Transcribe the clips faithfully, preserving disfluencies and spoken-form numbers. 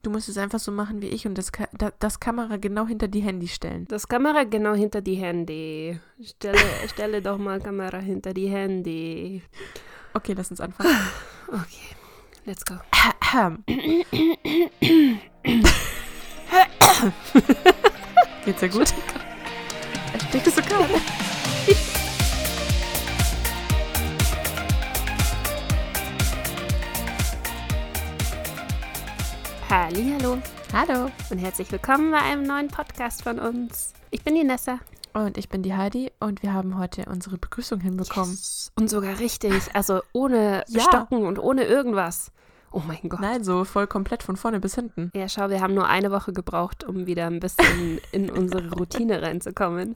Du musst es einfach so machen wie ich und das, Ka- da- das Kamera genau hinter die Handy stellen. Das Kamera genau hinter die Handy. Stelle, stelle doch mal Kamera hinter die Handy. Okay, lass uns anfangen. Okay, let's go. Geht's dir gut? Steht es so kalt? Hallihallo Hallo. und herzlich willkommen bei einem neuen Podcast von uns. Ich bin die Nessa. Und ich bin die Heidi und wir haben heute unsere Begrüßung hinbekommen. Yes. Und sogar richtig, also ohne Ja. Stocken und ohne irgendwas. Oh mein Gott. Nein, so voll komplett von vorne bis hinten. Ja, schau, wir haben nur eine Woche gebraucht, um wieder ein bisschen in unsere Routine reinzukommen.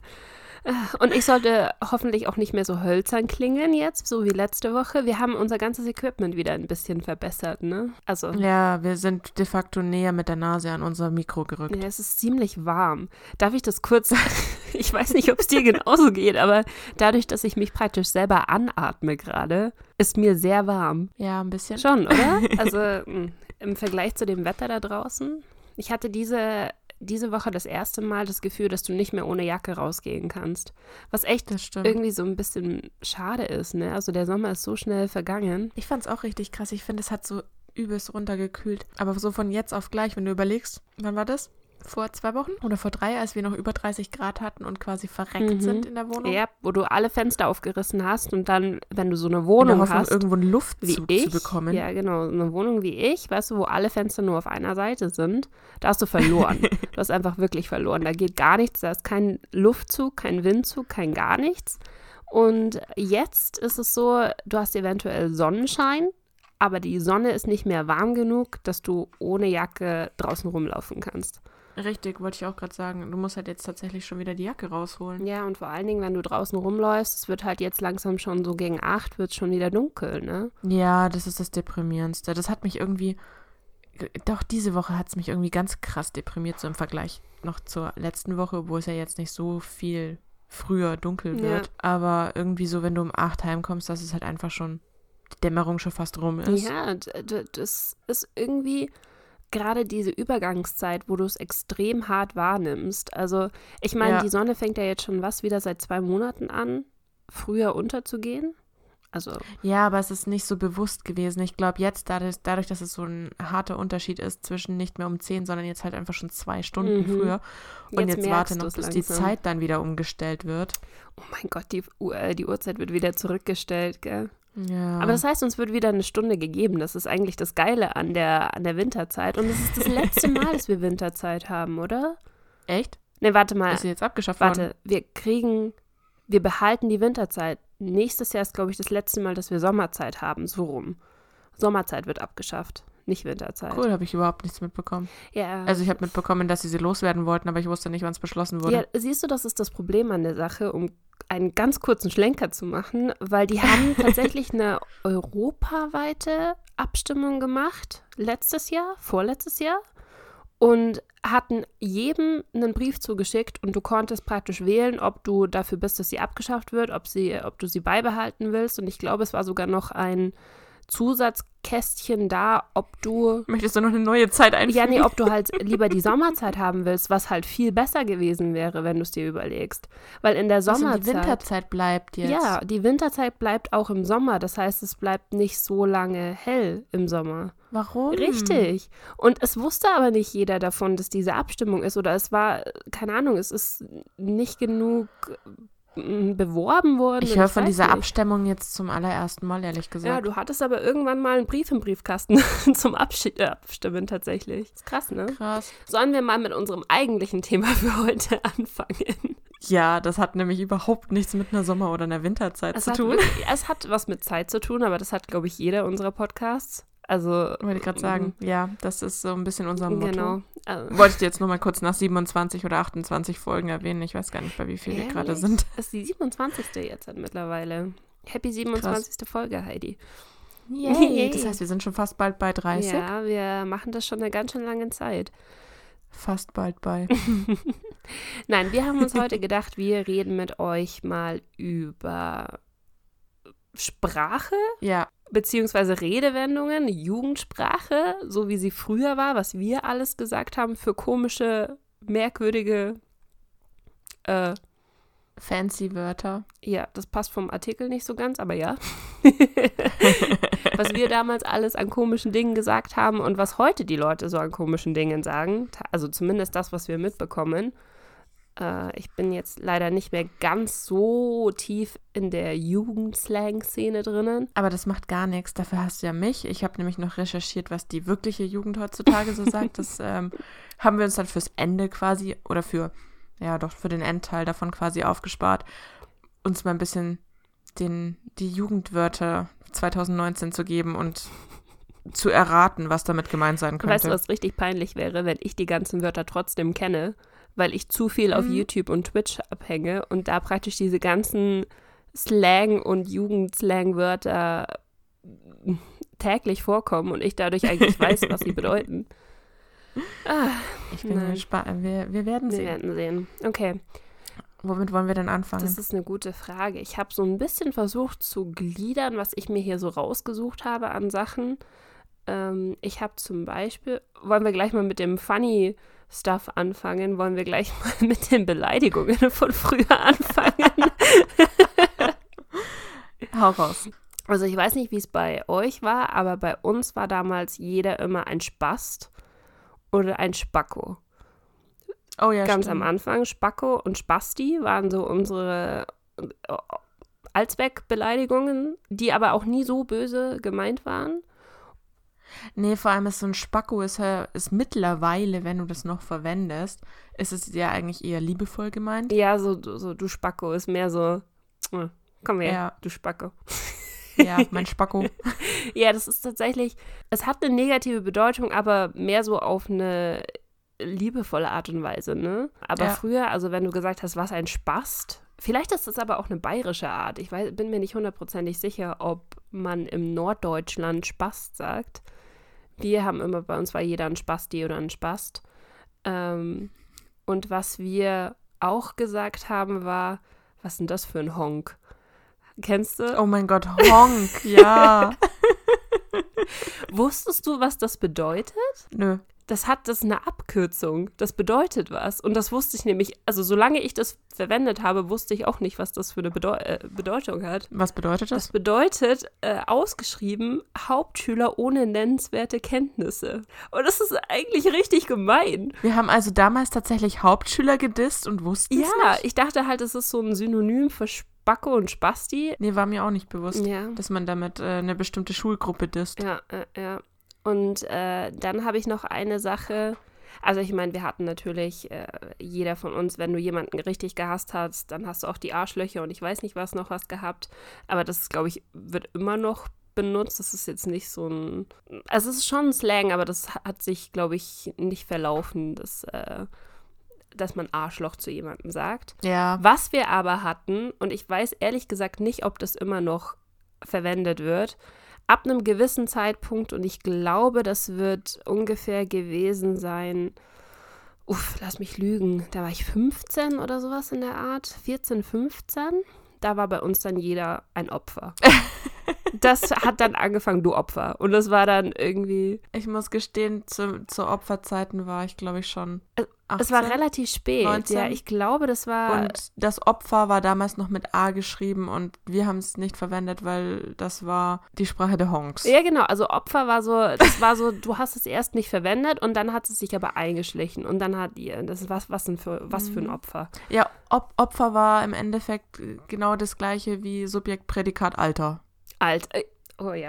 Und ich sollte hoffentlich auch nicht mehr so hölzern klingen jetzt, so wie letzte Woche. Wir haben unser ganzes Equipment wieder ein bisschen verbessert, ne? Also, Ja, wir sind de facto näher mit der Nase an unser Mikro gerückt. ja, es ist ziemlich warm. Darf ich das kurz, ich weiß nicht, ob es dir genauso geht, aber dadurch, dass ich mich praktisch selber anatme gerade, ist mir sehr warm. Ja, ein bisschen. Schon, oder? Also mh, im Vergleich zu dem Wetter da draußen. Ich hatte diese, diese Woche das erste Mal das Gefühl, dass du nicht mehr ohne Jacke rausgehen kannst. Was echt Das stimmt. irgendwie so ein bisschen schade ist, ne? Also der Sommer ist so schnell vergangen. Ich fand's auch richtig krass. Ich finde, es hat so übelst runtergekühlt. Aber so von jetzt auf gleich, wenn du überlegst, wann war das? Vor zwei Wochen oder vor drei, als wir noch über dreißig Grad hatten und quasi verreckt Mhm. sind in der Wohnung. Ja, wo du alle Fenster aufgerissen hast und dann, wenn du so eine In der Wohnung Hoffnung, hast, irgendwo einen wie Luftzug ich, zu bekommen. ja genau, eine Wohnung wie ich, weißt du, wo alle Fenster nur auf einer Seite sind, da hast du verloren. Du hast einfach wirklich verloren. Da geht gar nichts, da ist kein Luftzug, kein Windzug, kein gar nichts. Und jetzt ist es so, du hast eventuell Sonnenschein, aber die Sonne ist nicht mehr warm genug, dass du ohne Jacke draußen rumlaufen kannst. Richtig, wollte ich auch gerade sagen. Du musst halt jetzt tatsächlich schon wieder die Jacke rausholen. Ja, und vor allen Dingen, wenn du draußen rumläufst, es wird halt jetzt langsam schon so gegen acht, wird es schon wieder dunkel, ne? Ja, das ist das Deprimierendste. Das hat mich irgendwie, doch diese Woche hat es mich irgendwie ganz krass deprimiert, so im Vergleich noch zur letzten Woche, wo es ja jetzt nicht so viel früher dunkel wird. Ja. Aber irgendwie so, wenn du um acht heimkommst, dass es halt einfach schon, die Dämmerung schon fast rum ist. Ja, d- d- das ist irgendwie gerade diese Übergangszeit, wo du es extrem hart wahrnimmst. Also ich meine, Ja. die Sonne fängt ja jetzt schon was wieder seit zwei Monaten an, früher unterzugehen. Also Ja, aber es ist nicht so bewusst gewesen. Ich glaube jetzt, dadurch, dadurch, dass es so ein harter Unterschied ist zwischen nicht mehr um zehn, sondern jetzt halt einfach schon zwei Stunden Mhm. früher. Und Jetzt jetzt, merkst warte noch, du's bis die langsam. Zeit dann wieder umgestellt wird. oh mein Gott, die, Uhr- äh, die Uhrzeit wird wieder zurückgestellt, gell? Ja. Aber das heißt, uns wird wieder eine Stunde gegeben. Das ist eigentlich das Geile an der, an der Winterzeit. Und es ist das letzte Mal, dass wir Winterzeit haben, oder? Echt? Ne, warte mal. Ist sie jetzt abgeschafft worden? Warte, wir kriegen, wir behalten die Winterzeit. Nächstes Jahr ist, glaube ich, das letzte Mal, dass wir Sommerzeit haben, so rum. Sommerzeit wird abgeschafft, nicht Winterzeit. Cool, habe ich überhaupt nichts mitbekommen. Ja, Also ich habe mitbekommen, dass sie sie loswerden wollten, aber ich wusste nicht, wann es beschlossen wurde. ja, siehst du, das ist das Problem an der Sache, um einen ganz kurzen Schlenker zu machen, weil die haben tatsächlich eine europaweite Abstimmung gemacht, letztes Jahr, vorletztes Jahr, und hatten jedem einen Brief zugeschickt und du konntest praktisch wählen, ob du dafür bist, dass sie abgeschafft wird, ob, sie, ob du sie beibehalten willst. Und ich glaube, es war sogar noch ein Zusatzkästchen da, ob du Möchtest du noch eine neue Zeit einführen? Ja, nee, ob du halt lieber die Sommerzeit haben willst, was halt viel besser gewesen wäre, wenn du es dir überlegst. Weil in der Also Sommerzeit... die Winterzeit bleibt jetzt. Ja, die Winterzeit bleibt auch im Sommer. Das heißt, es bleibt nicht so lange hell im Sommer. Warum? Richtig. Und es wusste aber nicht jeder davon, dass diese Abstimmung ist. Oder es war, keine Ahnung, es ist nicht genug mm, beworben worden. Ich und höre von weiß dieser nicht. Abstimmung jetzt zum allerersten Mal, ehrlich Ja, gesagt. du hattest aber irgendwann mal einen Brief im Briefkasten zum Abschi- äh, Abstimmen tatsächlich. Ist krass, ne? Krass. Sollen wir mal mit unserem eigentlichen Thema für heute anfangen? Ja, das hat nämlich überhaupt nichts mit einer Sommer- oder einer Winterzeit Es zu hat, tun. wirklich- es hat was mit Zeit zu tun, aber das hat, glaube ich, jeder unserer Podcasts. Also, Wollte ich gerade sagen. Ja, das ist so ein bisschen unser Motto. Genau. Also, Wollte ich dir jetzt nur mal kurz nach siebenundzwanzig oder achtundzwanzig Folgen erwähnen. Ich weiß gar nicht, bei wie viel wir Ehrlich? gerade sind. Das ist die siebenundzwanzigste jetzt halt mittlerweile. Happy siebenundzwanzigste Folge, Heidi. Yay. Das heißt, wir sind schon fast bald bei dreißig. Ja, wir machen das schon eine ganz schön lange Zeit. Fast bald bei. Nein, wir haben uns heute gedacht, wir reden mit euch mal über Sprache. Ja, beziehungsweise Redewendungen, Jugendsprache, so wie sie früher war, was wir alles gesagt haben, für komische, merkwürdige äh, fancy Wörter. Ja, das passt vom Artikel nicht so ganz, aber ja. Was wir damals alles an komischen Dingen gesagt haben und was heute die Leute so an komischen Dingen sagen, also zumindest das, was wir mitbekommen. Äh, ich bin jetzt leider nicht mehr ganz so tief in der Jugendslang-Szene drinnen. Aber das macht gar nichts, dafür hast du ja mich. Ich habe nämlich noch recherchiert, was die wirkliche Jugend heutzutage so sagt. Das ähm, haben wir uns dann fürs Ende quasi oder für ja doch für den Endteil davon quasi aufgespart, uns mal ein bisschen den, die Jugendwörter zwanzig neunzehn zu geben und zu erraten, was damit gemeint sein könnte. Weißt du, was richtig peinlich wäre, wenn ich die ganzen Wörter trotzdem kenne, weil ich zu viel auf Mhm. YouTube und Twitch abhänge und da praktisch diese ganzen Slang- und Jugendslang-Wörter täglich vorkommen und ich dadurch eigentlich weiß, was sie bedeuten. Ah, Ich bin Nein. gespannt. Wir, wir werden wir sehen. werden sehen. Okay, Womit wollen wir denn anfangen? das ist eine gute Frage. Ich habe so ein bisschen versucht zu gliedern, was ich mir hier so rausgesucht habe an Sachen. Ähm, ich habe zum Beispiel, wollen wir gleich mal mit dem Funny Stuff anfangen? Wollen wir gleich mal mit den Beleidigungen von früher anfangen? Hau raus. Also ich weiß nicht, wie es bei euch war, aber bei uns war damals jeder immer ein Spast oder ein Spacko. Oh ja, Ganz stimmt. am Anfang, Spacko und Spasti waren so unsere äh, Allzweckbeleidigungen, die aber auch nie so böse gemeint waren. Nee, vor allem ist so ein Spacko ist, ja- ist mittlerweile, wenn du das noch verwendest, ist es ja eigentlich eher liebevoll gemeint. Ja, so, so du Spacko ist mehr so, äh, komm her, Ja. du Spacko. Ja, mein Spacko. Ja, das ist tatsächlich, es hat eine negative Bedeutung, aber mehr so auf eine liebevolle Art und Weise, ne? Aber Ja. früher, also wenn du gesagt hast, was ein Spast, vielleicht ist das aber auch eine bayerische Art. Ich weiß, bin mir nicht hundertprozentig sicher, ob man im Norddeutschland Spast sagt. Wir haben immer, bei uns war jeder ein Spasti oder ein Spast. Ähm, und was wir auch gesagt haben, war, was ist denn das für ein Honk? Kennst du? Oh mein Gott, Honk, ja. Wusstest du, was das bedeutet? Nö. Das hat das ist eine Abkürzung. Das bedeutet was. Und das wusste ich nämlich, also solange ich das verwendet habe, wusste ich auch nicht, was das für eine Bedeu äh, Bedeutung hat. Was bedeutet Das das? bedeutet, äh, ausgeschrieben, Hauptschüler ohne nennenswerte Kenntnisse. Und das ist eigentlich richtig gemein. Wir haben also damals tatsächlich Hauptschüler gedisst und wussten es Ja, nicht. ich dachte halt, es ist so ein Synonym für Spacko und Spasti. Nee, war mir auch nicht bewusst, Ja. dass man damit äh, eine bestimmte Schulgruppe disst. Ja, äh, ja. Und äh, dann habe ich noch eine Sache. Also ich meine, wir hatten natürlich, äh, jeder von uns, wenn du jemanden richtig gehasst hast, dann hast du auch die Arschlöcher und ich weiß nicht was, noch was gehabt. Aber das, glaube ich, wird immer noch benutzt. Das ist jetzt nicht so ein, also es ist schon ein Slang, aber das hat sich, glaube ich, nicht verlaufen, dass, äh, dass man Arschloch zu jemandem sagt. Ja. Was wir aber hatten, und ich weiß ehrlich gesagt nicht, ob das immer noch verwendet wird, ab einem gewissen Zeitpunkt, und ich glaube, das wird ungefähr gewesen sein, uff, lass mich lügen, da war ich fünfzehn oder sowas in der Art, vierzehn, fünfzehn, da war bei uns dann jeder ein Opfer. Das hat dann angefangen, du Opfer. Und das war dann irgendwie, Ich muss gestehen, zu, zu Opferzeiten war ich, glaube ich, schon achtzehn. es war relativ spät. neunzehn. Ja, ich glaube, das war, Und das Opfer war damals noch mit A geschrieben und wir haben es nicht verwendet, weil das war die Sprache der Honks. ja genau, also Opfer war so, das war so, du hast es erst nicht verwendet und dann hat es sich aber eingeschlichen und dann hat ihr, das ist was, was denn für, was für ein Opfer. Ja, Op Opfer war im Endeffekt äh, genau das gleiche wie Subjekt, Prädikat, Alter. Alt, äh, oh ja.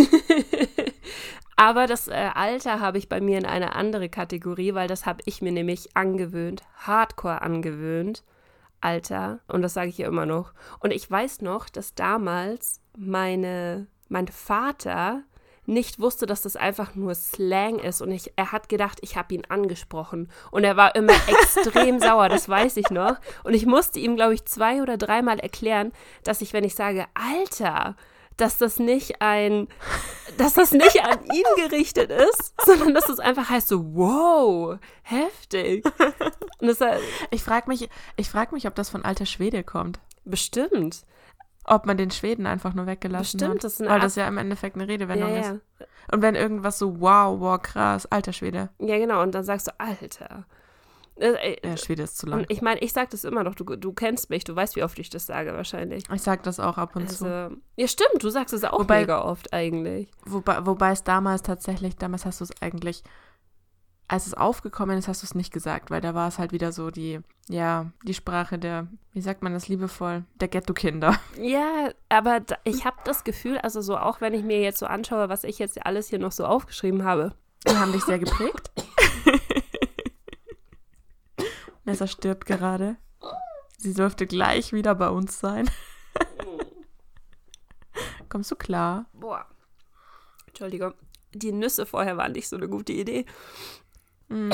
Aber das äh, Alter habe ich bei mir in eine andere Kategorie, weil das habe ich mir nämlich angewöhnt, hardcore angewöhnt, Alter. Und das sage ich ja immer noch. Und ich weiß noch, dass damals meine, mein Vater nicht wusste, dass das einfach nur Slang ist. Und ich, er hat gedacht, ich habe ihn angesprochen. Und er war immer extrem sauer, das weiß ich noch. Und ich musste ihm, glaube ich, zwei oder dreimal erklären, dass ich, wenn ich sage, Alter, dass das nicht ein, dass das nicht an ihn gerichtet ist, sondern dass das einfach heißt so, wow, heftig. Und das halt, Ich frage mich, ich frag mich, ob das von alter Schwede kommt. bestimmt. ob man den Schweden einfach nur weggelassen Bestimmt, hat. das ist eine weil Art- das ja im Endeffekt eine Redewendung Ja, ist. ja. Und wenn irgendwas so, wow, wow, krass, alter Schwede. Ja, genau. Und dann sagst du, Alter. Äh, Ja, Schwede ist zu lang. Und ich meine, ich sag das immer noch. Du, du kennst mich. Du weißt, wie oft ich das sage wahrscheinlich. Ich sag das auch ab und zu. Also, ja, stimmt. Du sagst es auch Wobei- mega oft eigentlich. Wobei, wobei es damals tatsächlich, damals hast du es eigentlich, als es aufgekommen ist, hast du es nicht gesagt, weil da war es halt wieder so die, ja, die Sprache der, wie sagt man das liebevoll, der Ghetto-Kinder. Ja, aber da, ich habe das Gefühl, also so auch wenn ich mir jetzt so anschaue, was ich jetzt alles hier noch so aufgeschrieben habe. Die haben dich sehr geprägt. Nessa stirbt gerade. Sie dürfte gleich wieder bei uns sein. Kommst du klar? Boah. Entschuldigung. Die Nüsse vorher waren nicht so eine gute Idee. Mm.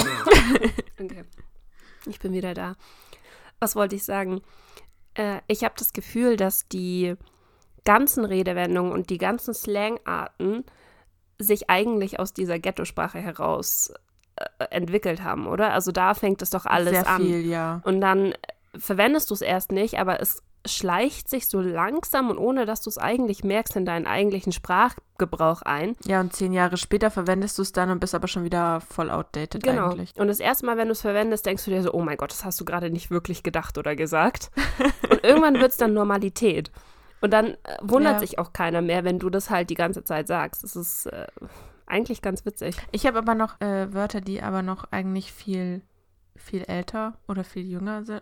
Okay. Ich bin wieder da. Was wollte ich sagen? Äh, ich habe das Gefühl, dass die ganzen Redewendungen und die ganzen Slangarten sich eigentlich aus dieser Ghetto-Sprache heraus äh, entwickelt haben, oder? Also da fängt es doch alles Sehr an. viel, ja. Und dann verwendest du es erst nicht, aber es schleicht sich so langsam und ohne, dass du es eigentlich merkst, in deinen eigentlichen Sprachgebrauch ein. Ja, und zehn Jahre später verwendest du es dann und bist aber schon wieder voll outdated Genau. eigentlich. Und das erste Mal, wenn du es verwendest, denkst du dir so, oh mein Gott, das hast du gerade nicht wirklich gedacht oder gesagt. Und irgendwann wird es dann Normalität. Und dann äh, wundert Ja. sich auch keiner mehr, wenn du das halt die ganze Zeit sagst. Das ist äh, eigentlich ganz witzig. Ich habe aber noch äh, Wörter, die aber noch eigentlich viel, viel älter oder viel jünger sind.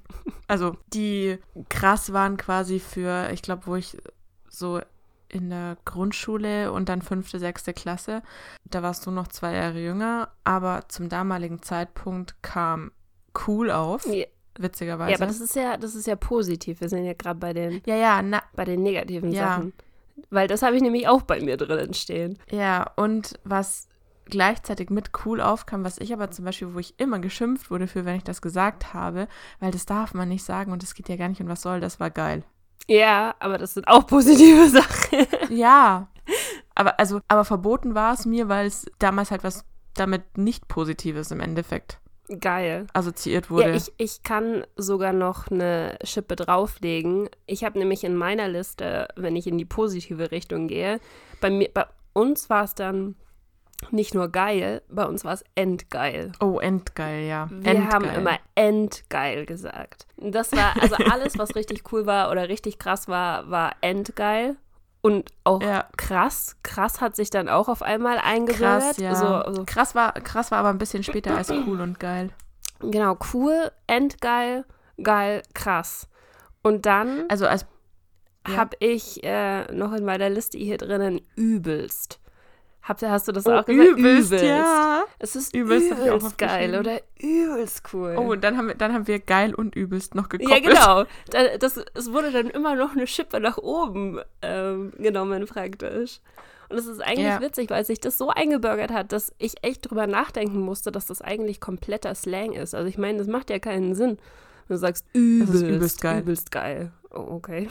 Also die krass waren quasi für, ich glaube, wo ich so in der Grundschule und dann fünfte, sechste Klasse, da warst du noch zwei Jahre jünger, aber zum damaligen Zeitpunkt kam cool auf, Ja, witzigerweise. ja aber das ist ja, das ist ja positiv. Wir sind ja gerade bei den, ja, ja, na, bei den negativen Ja. Sachen. Weil das habe ich nämlich auch bei mir drinnen stehen. ja, und was gleichzeitig mit cool aufkam, was ich aber zum Beispiel, wo ich immer geschimpft wurde für, wenn ich das gesagt habe, weil das darf man nicht sagen und das geht ja gar nicht und was soll, das war geil. Ja, aber das sind auch positive Sachen. Ja, aber also, aber verboten war es mir, weil es damals halt was damit nicht Positives im Endeffekt Geil. assoziiert wurde. Ja, ich, ich kann sogar noch eine Schippe drauflegen. Ich habe nämlich in meiner Liste, wenn ich in die positive Richtung gehe, bei mir, bei uns war es dann nicht nur geil, bei uns war es endgeil. Oh, endgeil, ja. Wir endgeil. haben immer endgeil gesagt. Das war, also alles, was richtig cool war oder richtig krass war, war endgeil. Und auch Ja. krass. Krass hat sich dann auch auf einmal eingebürgert. Krass, ja. So, so, krass, war, krass war aber ein bisschen später als cool und geil. genau, cool, endgeil, geil, krass. Und dann Also als ja. habe ich äh, noch in meiner Liste hier drinnen übelst. Hab, hast du das oh, auch gesagt? übelst, ja. Es ist Übelst übelst, hab ich auch geil aufgeschrieben. oder übelst cool. Oh, und dann haben wir, dann haben wir geil und übelst noch ja, gekoppelt. genau. Da- Das, es wurde dann immer noch eine Schippe nach oben ähm, genommen praktisch. Und es ist eigentlich Ja. witzig, weil sich das so eingebürgert hat, dass ich echt drüber nachdenken musste, dass das eigentlich kompletter Slang ist. Also ich meine, das macht ja keinen Sinn. Du sagst übelst, übelst geil. übelst geil. Oh, okay.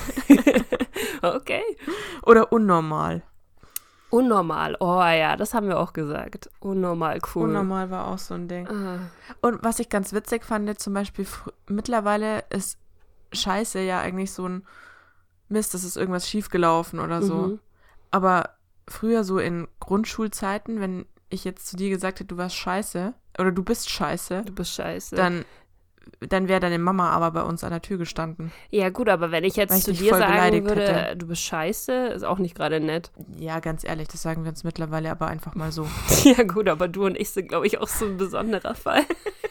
Okay. Oder unnormal. Unnormal. Oh ja, das haben wir auch gesagt. Unnormal cool. Unnormal war auch so ein Ding. Ah. Und was ich ganz witzig fand, zum Beispiel, fr- mittlerweile ist Scheiße ja eigentlich so ein Mist, es ist irgendwas schiefgelaufen oder so. Mhm. Aber früher so in Grundschulzeiten, wenn ich jetzt zu dir gesagt hätte, du warst scheiße oder du bist scheiße, Du bist scheiße. dann, dann wäre deine Mama aber bei uns an der Tür gestanden. Ja gut, aber wenn ich jetzt Weil ich zu dich dir voll sagen beleidigt würde, hätte. du bist scheiße, ist auch nicht gerade nett. Ja, ganz ehrlich, das sagen wir uns mittlerweile aber einfach mal so. Ja gut, aber du und ich sind, glaube ich, auch so ein besonderer Fall.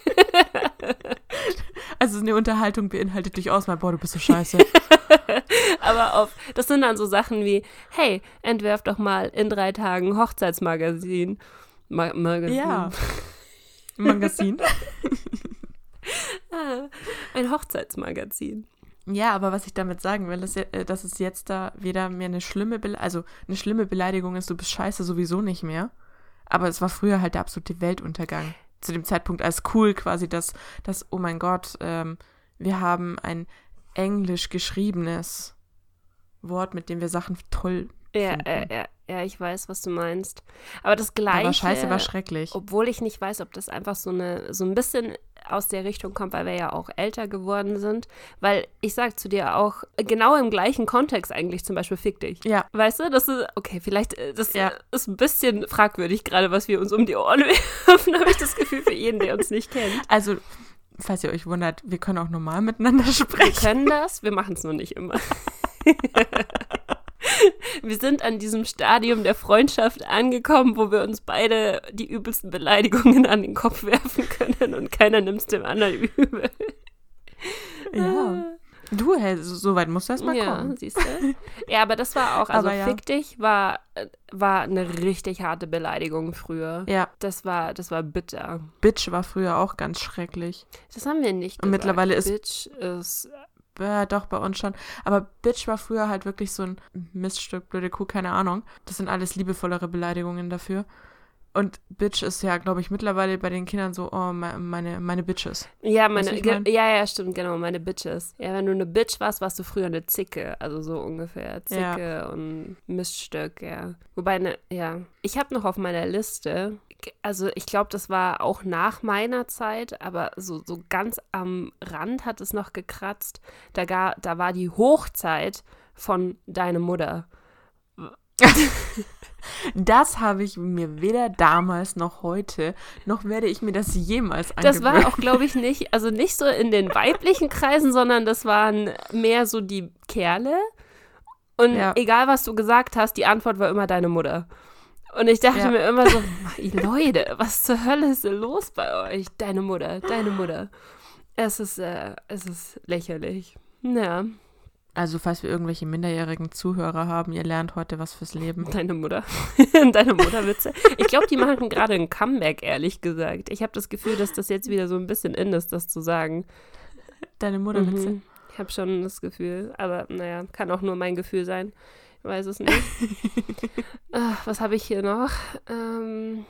Also eine Unterhaltung beinhaltet durchaus mal, boah, du bist so scheiße. Aber auf, das sind dann so Sachen wie, hey, entwerf doch mal in drei Tagen Hochzeitsmagazin. Ma Magazin. Ja. Magazin. Ah, ein Hochzeitsmagazin. Ja, aber was ich damit sagen will, ist, ja, äh, dass es jetzt da weder mehr eine schlimme, Be- also eine schlimme Beleidigung ist, du bist scheiße sowieso nicht mehr. Aber es war früher halt der absolute Weltuntergang. Zu dem Zeitpunkt als cool quasi, dass, dass oh mein Gott, ähm, wir haben ein englisch geschriebenes Wort, mit dem wir Sachen toll Ja, finden. äh, ja, ja, ich weiß, was du meinst. Aber das Gleiche, Aber Scheiße war schrecklich. obwohl ich nicht weiß, ob das einfach so eine so ein bisschen aus der Richtung kommt, weil wir ja auch älter geworden sind. Weil ich sag zu dir auch, genau im gleichen Kontext eigentlich zum Beispiel fick dich. Ja. Weißt du, das ist, okay, vielleicht, äh, das Ja. ist ein bisschen fragwürdig gerade, was wir uns um die Ohren werfen, habe ich das Gefühl, für jeden, der uns nicht kennt. Also, falls ihr euch wundert, wir können auch normal miteinander Wir sprechen. können das, wir machen es nur nicht immer. Wir sind an diesem Stadium der Freundschaft angekommen, wo wir uns beide die übelsten Beleidigungen an den Kopf werfen können und keiner nimmt es dem anderen übel. Ja. Du, hey, so, so weit muss das mal Ja, kommen. siehst du? Ja, aber das war auch, also Aber ja. fick dich war, war eine richtig harte Beleidigung früher. Ja, Das war, das war bitter. Bitch war früher auch ganz schrecklich. Das haben wir nicht gesagt. Und mittlerweile ist- Bitch ist, Ja, doch, bei uns schon. Aber Bitch war früher halt wirklich so ein Miststück, blöde Kuh, keine Ahnung. Das sind alles liebevollere Beleidigungen dafür. Und Bitch ist ja, glaube ich, mittlerweile bei den Kindern so, oh, me- meine, meine Bitches. ja, Weißt meine, du, wie ich ge- mein? ja, ja, stimmt, genau, meine Bitches. Ja, wenn du eine Bitch warst, warst du früher eine Zicke, also so ungefähr. Zicke und Miststück, ja. Wobei, ne, ja, ich habe noch auf meiner Liste, also ich glaube, das war auch nach meiner Zeit, aber so, so ganz am Rand hat es noch gekratzt. Da, ga, da war die Hochzeit von Deine Mutter. Das habe ich mir weder damals noch heute, noch werde ich mir das jemals Das angewöhnen. war auch, glaube ich, nicht, also nicht so in den weiblichen Kreisen, sondern das waren mehr so die Kerle. Und Ja. egal, was du gesagt hast, die Antwort war immer deine Mutter. Und ich dachte Ja. mir immer so, Leute, was zur Hölle ist denn los bei euch? Deine Mutter, deine Mutter. Es ist, äh, es ist lächerlich. Ja, Also, falls wir irgendwelche minderjährigen Zuhörer haben, ihr lernt heute was fürs Leben. deine Mutter. Deine Mutterwitze. Ich glaube, die machen gerade ein Comeback, ehrlich gesagt. Ich habe das Gefühl, dass das jetzt wieder so ein bisschen in ist, das zu sagen. Deine Mutterwitze. Mhm. Ich habe schon das Gefühl, aber naja, kann auch nur mein Gefühl sein. Ich weiß es nicht. Ach, was habe ich hier noch? Ähm.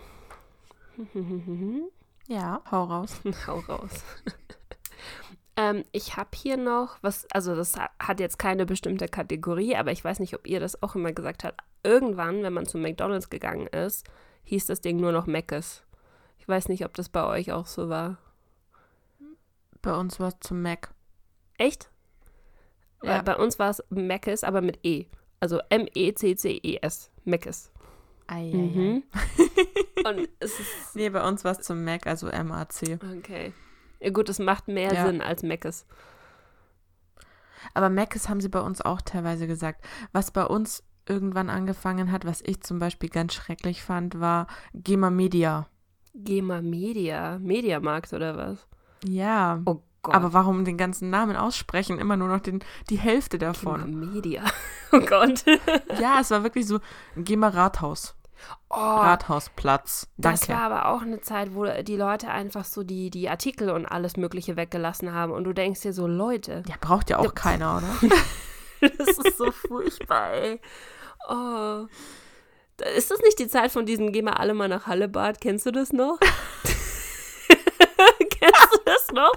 Ja, hau raus. Hau raus. ähm, ich habe hier noch, was, also das ha- hat jetzt keine bestimmte Kategorie, aber ich weiß nicht, ob ihr das auch immer gesagt habt. Irgendwann, wenn man zu McDonald's gegangen ist, hieß das Ding nur noch Mc's. Ich weiß nicht, ob das bei euch auch so war. Bei uns war es zum Mac. Echt? Ja. Weil bei uns war es Mc's, aber mit E. Also M E C C E S. Mc's. Ei, Mhm. Und es ist, Nee, bei uns war es zum Mac, also M A C. okay. Ja gut, es macht mehr Ja. Sinn als Mc's. Aber Mc's haben sie bei uns auch teilweise gesagt. Was bei uns irgendwann angefangen hat, was ich zum Beispiel ganz schrecklich fand, war Gema Media. Gema Media. Mediamarkt oder was? Ja, Oh Gott. aber warum den ganzen Namen aussprechen? Immer nur noch den, die Hälfte Gema davon. Media. Oh Gott. Ja, es war wirklich so Gema Rathaus. Oh, Rathausplatz. das Danke. war aber auch eine Zeit, wo die Leute einfach so die, die Artikel und alles Mögliche weggelassen haben. Und du denkst dir so, Leute, Ja, braucht ja auch Ja, keiner, oder? das ist so furchtbar, ey. Oh. Da- Ist das nicht die Zeit von diesem Geh mal alle mal nach Hallebad? Kennst du das noch? Kennst du das noch?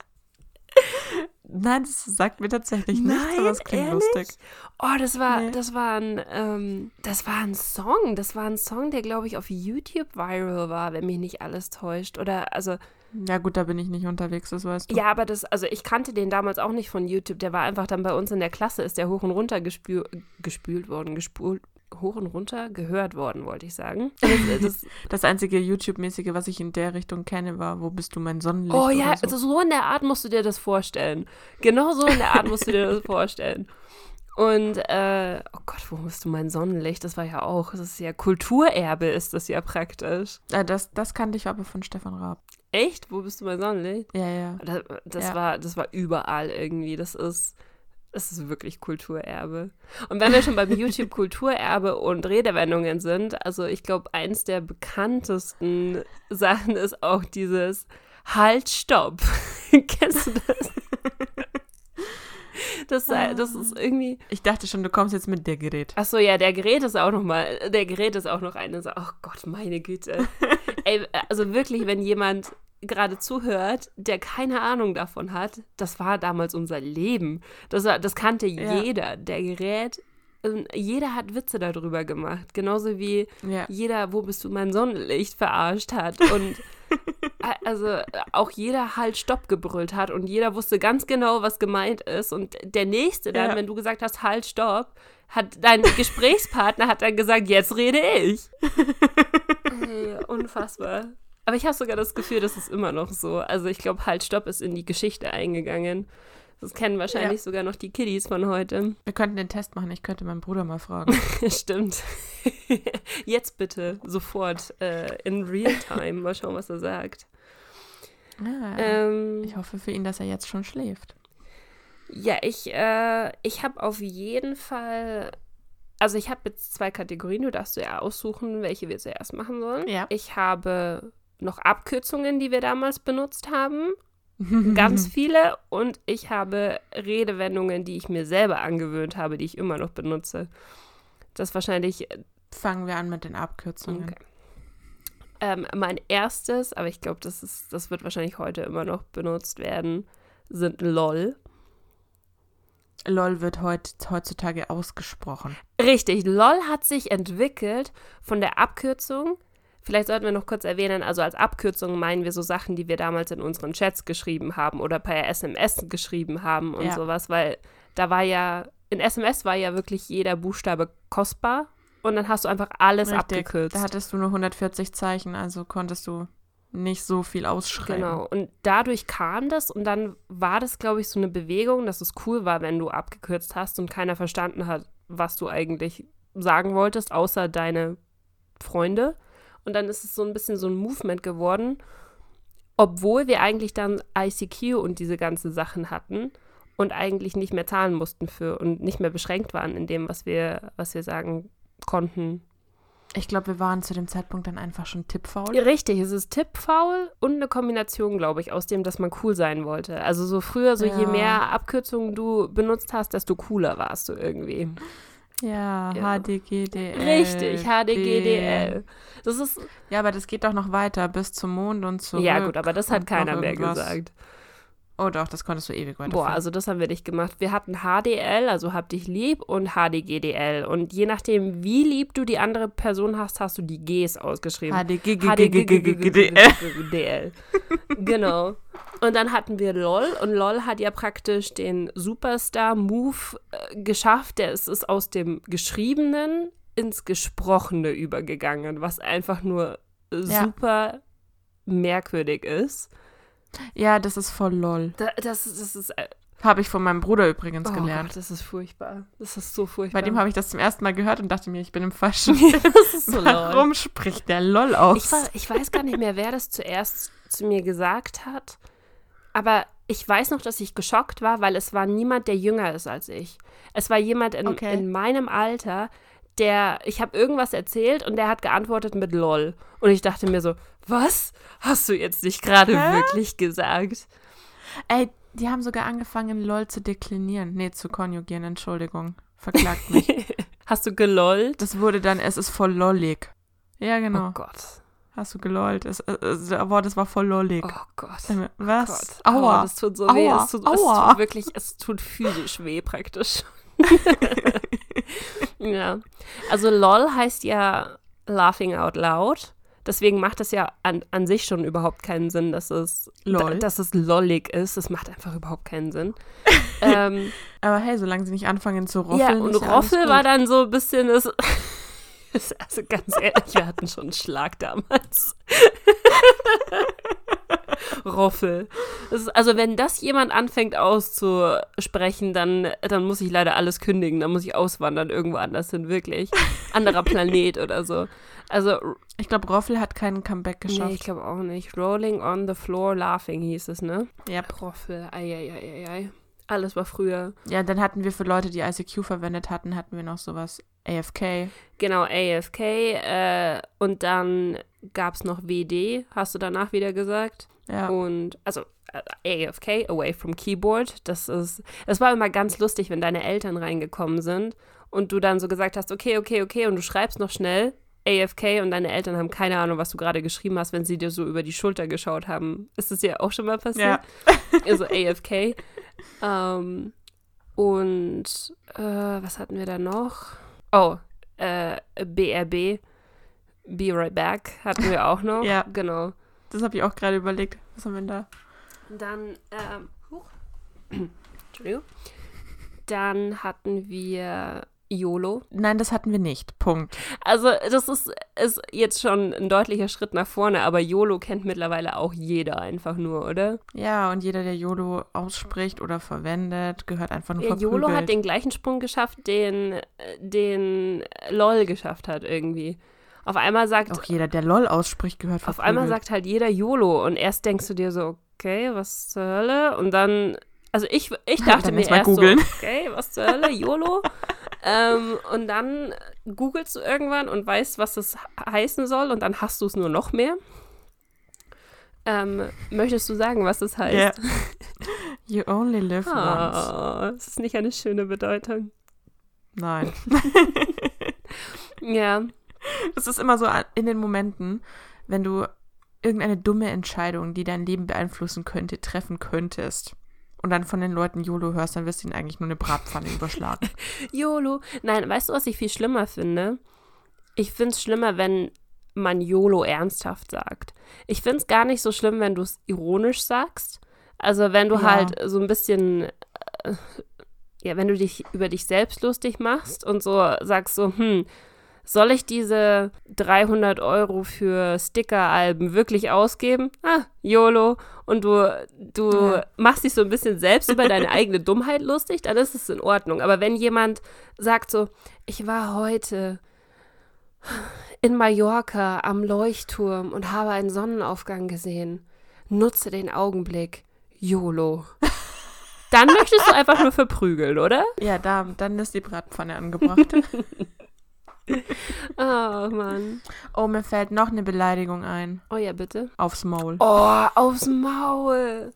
Nein, das sagt mir tatsächlich nichts, Nein, aber es klingt ehrlich? lustig. Oh, das war, Nee. das war ein, ähm, das war ein Song. Das war ein Song, der, glaube ich, auf YouTube viral war, wenn mich nicht alles täuscht. Oder, also, Ja gut, da bin ich nicht unterwegs, das weißt du. ja, aber das, also ich kannte den damals auch nicht von YouTube. Der war einfach dann bei uns in der Klasse, ist der hoch und runter gespül, gespült worden, gespult, hoch und runter gehört worden, wollte ich sagen. Das, das, Das einzige YouTube-mäßige, was ich in der Richtung kenne, war Wo bist du mein Sonnenlicht? oh ja, oder so. also so in der Art musst du dir das vorstellen. Genau so in der Art musst du dir das vorstellen. Und, äh, oh Gott, wo bist du mein Sonnenlicht? Das war ja auch, das ist ja Kulturerbe, ist das ja praktisch. Äh, das, das kannte ich aber von Stefan Raab. Echt? Wo bist du mein Sonnenlicht? Ja, ja. Das, das, Ja. war, das war überall irgendwie. Das ist, das ist wirklich Kulturerbe. Und wenn wir schon beim YouTube Kulturerbe und Redewendungen sind, also ich glaube, eins der bekanntesten Sachen ist auch dieses Halt, Stopp. Kennst du das? Das, sei- das ist irgendwie. Ich dachte schon, du kommst jetzt mit der Gerät. Achso, ja, der Gerät ist auch noch mal, der Gerät ist auch noch eine Sache. Ach Gott, meine Güte. Ey, also wirklich, wenn jemand gerade zuhört, der keine Ahnung davon hat, das war damals unser Leben. Das, war, das kannte Ja. jeder. Der Gerät Und jeder hat Witze darüber gemacht. Genauso wie Ja. jeder, wo bist du mein Sonnenlicht, verarscht hat. Und also auch jeder halt Stopp gebrüllt hat und jeder wusste ganz genau, was gemeint ist. Und der Nächste dann, Ja. wenn du gesagt hast, halt, Stopp, hat dein Gesprächspartner hat dann gesagt, jetzt rede ich. Ey, unfassbar. Aber ich habe sogar das Gefühl, das ist immer noch so. Also ich glaube, halt, Stopp ist in die Geschichte eingegangen. Das kennen wahrscheinlich Ja. sogar noch die Kiddies von heute. Wir könnten den Test machen. Ich könnte meinen Bruder mal fragen. Stimmt. Jetzt bitte, sofort, äh, in Realtime. Mal schauen, was er sagt. Ah, Ähm, ich hoffe für ihn, dass er jetzt schon schläft. ja, ich, äh, ich habe auf jeden Fall, also ich habe jetzt zwei Kategorien, du darfst dir ja aussuchen, welche wir zuerst machen sollen. Ja. Ich habe noch Abkürzungen, die wir damals benutzt haben. Ganz viele. Und ich habe Redewendungen, die ich mir selber angewöhnt habe, die ich immer noch benutze. Das ist wahrscheinlich Fangen wir an mit den Abkürzungen. Okay. ähm, mein erstes, aber ich glaube, das ist, das wird wahrscheinlich heute immer noch benutzt werden, sind LOL. LOL wird heut, heutzutage ausgesprochen. Richtig, LOL hat sich entwickelt von der Abkürzung. Vielleicht sollten wir noch kurz erwähnen, also als Abkürzung meinen wir so Sachen, die wir damals in unseren Chats geschrieben haben oder per S M S geschrieben haben und Ja. sowas, weil da war ja, in S M S war ja wirklich jeder Buchstabe kostbar und dann hast du einfach alles Richtig. abgekürzt. Da hattest du nur hundertvierzig Zeichen, also konntest du nicht so viel ausschreiben. Genau, und dadurch kam das und dann war das, glaube ich, so eine Bewegung, dass es cool war, wenn du abgekürzt hast und keiner verstanden hat, was du eigentlich sagen wolltest, außer deine Freunde. Und dann ist es so ein bisschen so ein Movement geworden, obwohl wir eigentlich dann I C Q und diese ganzen Sachen hatten und eigentlich nicht mehr zahlen mussten für und nicht mehr beschränkt waren in dem, was wir, was wir sagen konnten. Ich glaube, wir waren zu dem Zeitpunkt dann einfach schon tippfaul. Richtig, es ist tippfaul und eine Kombination, glaube ich, aus dem, dass man cool sein wollte. Also so früher, so Ja. je mehr Abkürzungen du benutzt hast, desto cooler warst du irgendwie. Ja, Ja. H D G D L. Richtig, H D G D L. Das ist, Ja, aber das geht doch noch weiter bis zum Mond und zurück. ja gut, aber das hat und keiner noch mehr irgendwas. gesagt. Oh doch, das konntest du ewig weiterführen. Boah, also das haben wir nicht gemacht. Wir hatten H D L, also hab dich lieb, und H D G D L. Und je nachdem, wie lieb du die andere Person hast, hast du die Gs ausgeschrieben. H D G G D L. Genau. Und dann hatten wir LOL. Und LOL hat ja praktisch den Superstar-Move äh, geschafft. Der ist, ist aus dem Geschriebenen ins Gesprochene übergegangen, was einfach nur äh, Ja. super merkwürdig ist. Ja, das ist voll lol. Da, das, das ist... Äh, Habe ich von meinem Bruder übrigens oh gelernt. Gott, das ist furchtbar. Das ist so furchtbar. Bei dem habe ich das zum ersten Mal gehört und dachte mir, ich bin im falschen. das ist so Warum lol. spricht der LOL aus? Ich, war, ich weiß gar nicht mehr, wer das zuerst zu mir gesagt hat, aber ich weiß noch, dass ich geschockt war, weil es war niemand, der jünger ist als ich. Es war jemand in, Okay. in meinem Alter, der, ich habe irgendwas erzählt und der hat geantwortet mit LOL. Und ich dachte mir so, was? Hast du jetzt nicht gerade Hä? wirklich gesagt? Ey, die haben sogar angefangen, LOL zu deklinieren. Nee, zu konjugieren, Entschuldigung. Verklagt mich. Hast du gelollt? Das wurde dann, es ist voll lollig. Ja, genau. Oh Gott. Hast du gelollt. Es, es, das Wort, das war voll lollig. Oh Gott. Was? Gott. Aua. Oh, das tut so Aua. weh. Es tut, es Aua. tut wirklich, es tut physisch weh praktisch. Ja. Also LOL heißt ja laughing out loud. Deswegen macht es ja an, an sich schon überhaupt keinen Sinn, dass es, Lol. d- dass es lollig ist. Das macht einfach überhaupt keinen Sinn. ähm, Aber hey, solange sie nicht anfangen zu roffeln. ja, und ist ja alles Roffel gut. war dann so ein bisschen das. Also ganz ehrlich, wir hatten schon einen Schlag damals. Roffel. Das ist, also wenn das jemand anfängt auszusprechen, dann, dann muss ich leider alles kündigen. Dann muss ich auswandern irgendwo anders hin, wirklich. Anderer Planet oder so. Also, Ich glaube, Roffel hat keinen Comeback geschafft. nee, ich glaube auch nicht. Rolling on the floor laughing hieß es, ne? Ja. Roffel, ei, ei, ei, ei, ei. Alles war früher. Ja, dann hatten wir für Leute, die I C Q verwendet hatten, hatten wir noch sowas A F K. Genau, A F K. Äh, und dann gab es noch W D, hast du danach wieder gesagt. Ja. Und, also äh, A F K, away from keyboard. Das ist, das war immer ganz lustig, wenn deine Eltern reingekommen sind und du dann so gesagt hast, okay, okay, okay, und du schreibst noch schnell A F K und deine Eltern haben keine Ahnung, was du gerade geschrieben hast, wenn sie dir so über die Schulter geschaut haben. Ist das dir auch schon mal passiert? Ja. Also A F K. Ähm, Und äh, was hatten wir da noch? Oh, äh, B R B, Be Right Back hatten wir auch noch. Ja. Genau. Das habe ich auch gerade überlegt. Was haben wir denn da? Dann, ähm, huch. Entschuldigung. Dann hatten wir YOLO. Nein, das hatten wir nicht. Punkt. Also das ist, ist jetzt schon ein deutlicher Schritt nach vorne, aber YOLO kennt mittlerweile auch jeder einfach nur, oder? Ja, und jeder, der YOLO ausspricht oder verwendet, gehört einfach nur Ja, verprügelt. YOLO hat den gleichen Sprung geschafft, den, den LOL geschafft hat irgendwie. Auf einmal sagt... Auch jeder, der LOL ausspricht, gehört verprügelt. Auf einmal sagt halt jeder YOLO und erst denkst du dir so, okay, was zur Hölle? Und dann... Also ich, ich dachte mir erst googlen. so, okay, was zur Hölle, YOLO? ähm, und dann googelst du irgendwann und weißt, was das heißen soll und dann hast du es nur noch mehr. Ähm, möchtest du sagen, was das heißt? Yeah. You only live once. Oh, das ist nicht eine schöne Bedeutung. Nein. Ja. Das ist immer so in den Momenten, wenn du irgendeine dumme Entscheidung, die dein Leben beeinflussen könnte, treffen könntest. Und dann von den Leuten YOLO hörst, dann wirst du ihnen eigentlich nur eine Bratpfanne überschlagen. YOLO. Nein, weißt du, was ich viel schlimmer finde? Ich finde es schlimmer, wenn man YOLO ernsthaft sagt. Ich finde es gar nicht so schlimm, wenn du es ironisch sagst. Also wenn du Ja. halt so ein bisschen, äh, ja, wenn du dich über dich selbst lustig machst und so sagst so, hm, soll ich diese dreihundert Euro für Sticker-Alben wirklich ausgeben? Ah, YOLO. Und du, du Ja. machst dich so ein bisschen selbst über deine eigene Dummheit lustig, dann ist es in Ordnung. Aber wenn jemand sagt so, ich war heute in Mallorca am Leuchtturm und habe einen Sonnenaufgang gesehen, nutze den Augenblick, YOLO. Dann möchtest du einfach nur verprügeln, oder? Ja, da, dann ist die Bratpfanne angebracht. Oh, Mann. Oh, mir fällt noch eine Beleidigung ein. Oh ja, bitte. Aufs Maul. Oh, aufs Maul.